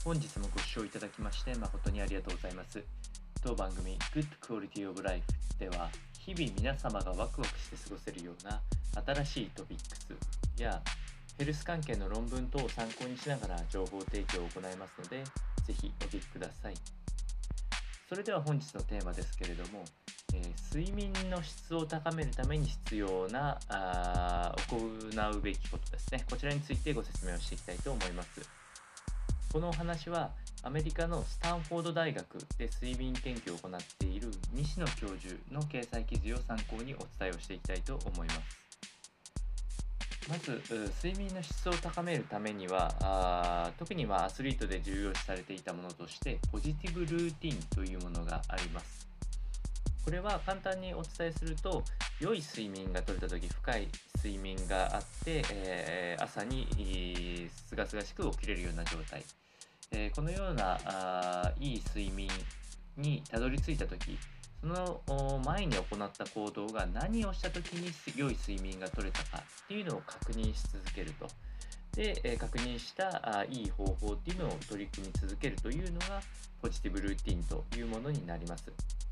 本日もご視聴いただきまして誠にありがとうございます。当番組 Good Quality of Life では、日々皆様がワクワクして過ごせるような新しいトピックスやヘルス関係の論文等を参考にしながら情報提供を行いますので、ぜひお聞きください。それでは本日のテーマですけれども、睡眠の質を高めるために必要な行うべきことですね。こちらについてご説明をしていきたいと思います。このお話はアメリカのスタンフォード大学で睡眠研究を行っている西野教授の掲載記事を参考にお伝えをしていきたいと思います。まず睡眠の質を高めるためには特にアスリートで重要視されていたものとしてポジティブルーティンというものがあります。これは簡単にお伝えすると、良い睡眠が取れた時、深い睡眠があって、朝にすがすがしく起きれるような状態、このようないい睡眠にたどり着いた時、その前に行った行動が何をした時に良い睡眠が取れたかっていうのを確認し続けると。で、確認したいい方法っていうのを取り組み続けるというのがポジティブルーティンというものになります。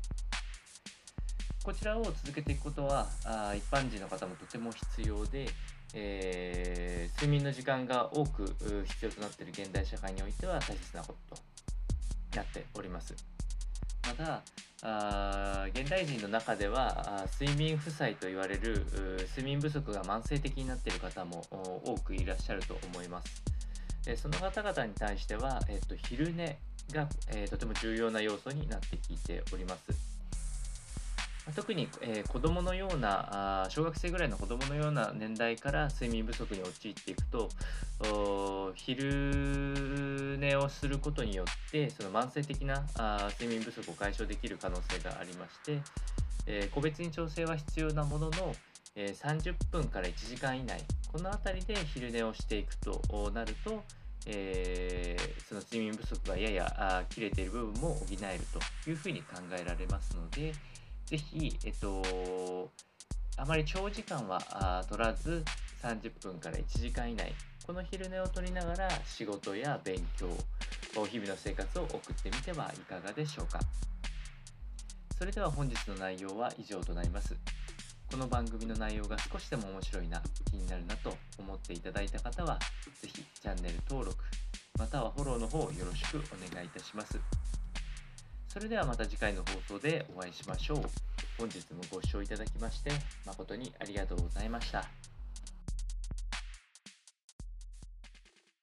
こちらを続けていくことは一般人の方もとても必要で、睡眠の時間が多く必要となっている現代社会においては大切なこととなっております。また現代人の中では睡眠負債と言われる睡眠不足が慢性的になっている方も多くいらっしゃると思います。その方々に対しては、昼寝が、とても重要な要素になってきております。特に、子供のような小学生ぐらいの子供のような年代から睡眠不足に陥っていくと、昼寝をすることによってその慢性的な睡眠不足を解消できる可能性がありまして、個別に調整は必要なものの、30分から1時間以内、この辺りで昼寝をしていくとなると、その睡眠不足がやや切れている部分も補えるというふうに考えられますので、ぜひ、あまり長時間は取らず30分から1時間以内、この昼寝を取りながら仕事や勉強、日々の生活を送ってみてはいかがでしょうか。それでは本日の内容は以上となります。この番組の内容が少しでも面白いな、気になるなと思っていただいた方は、ぜひチャンネル登録、またはフォローの方よろしくお願いいたします。それではまた次回の放送でお会いしましょう。本日もご視聴いただきまして誠にありがとうございました。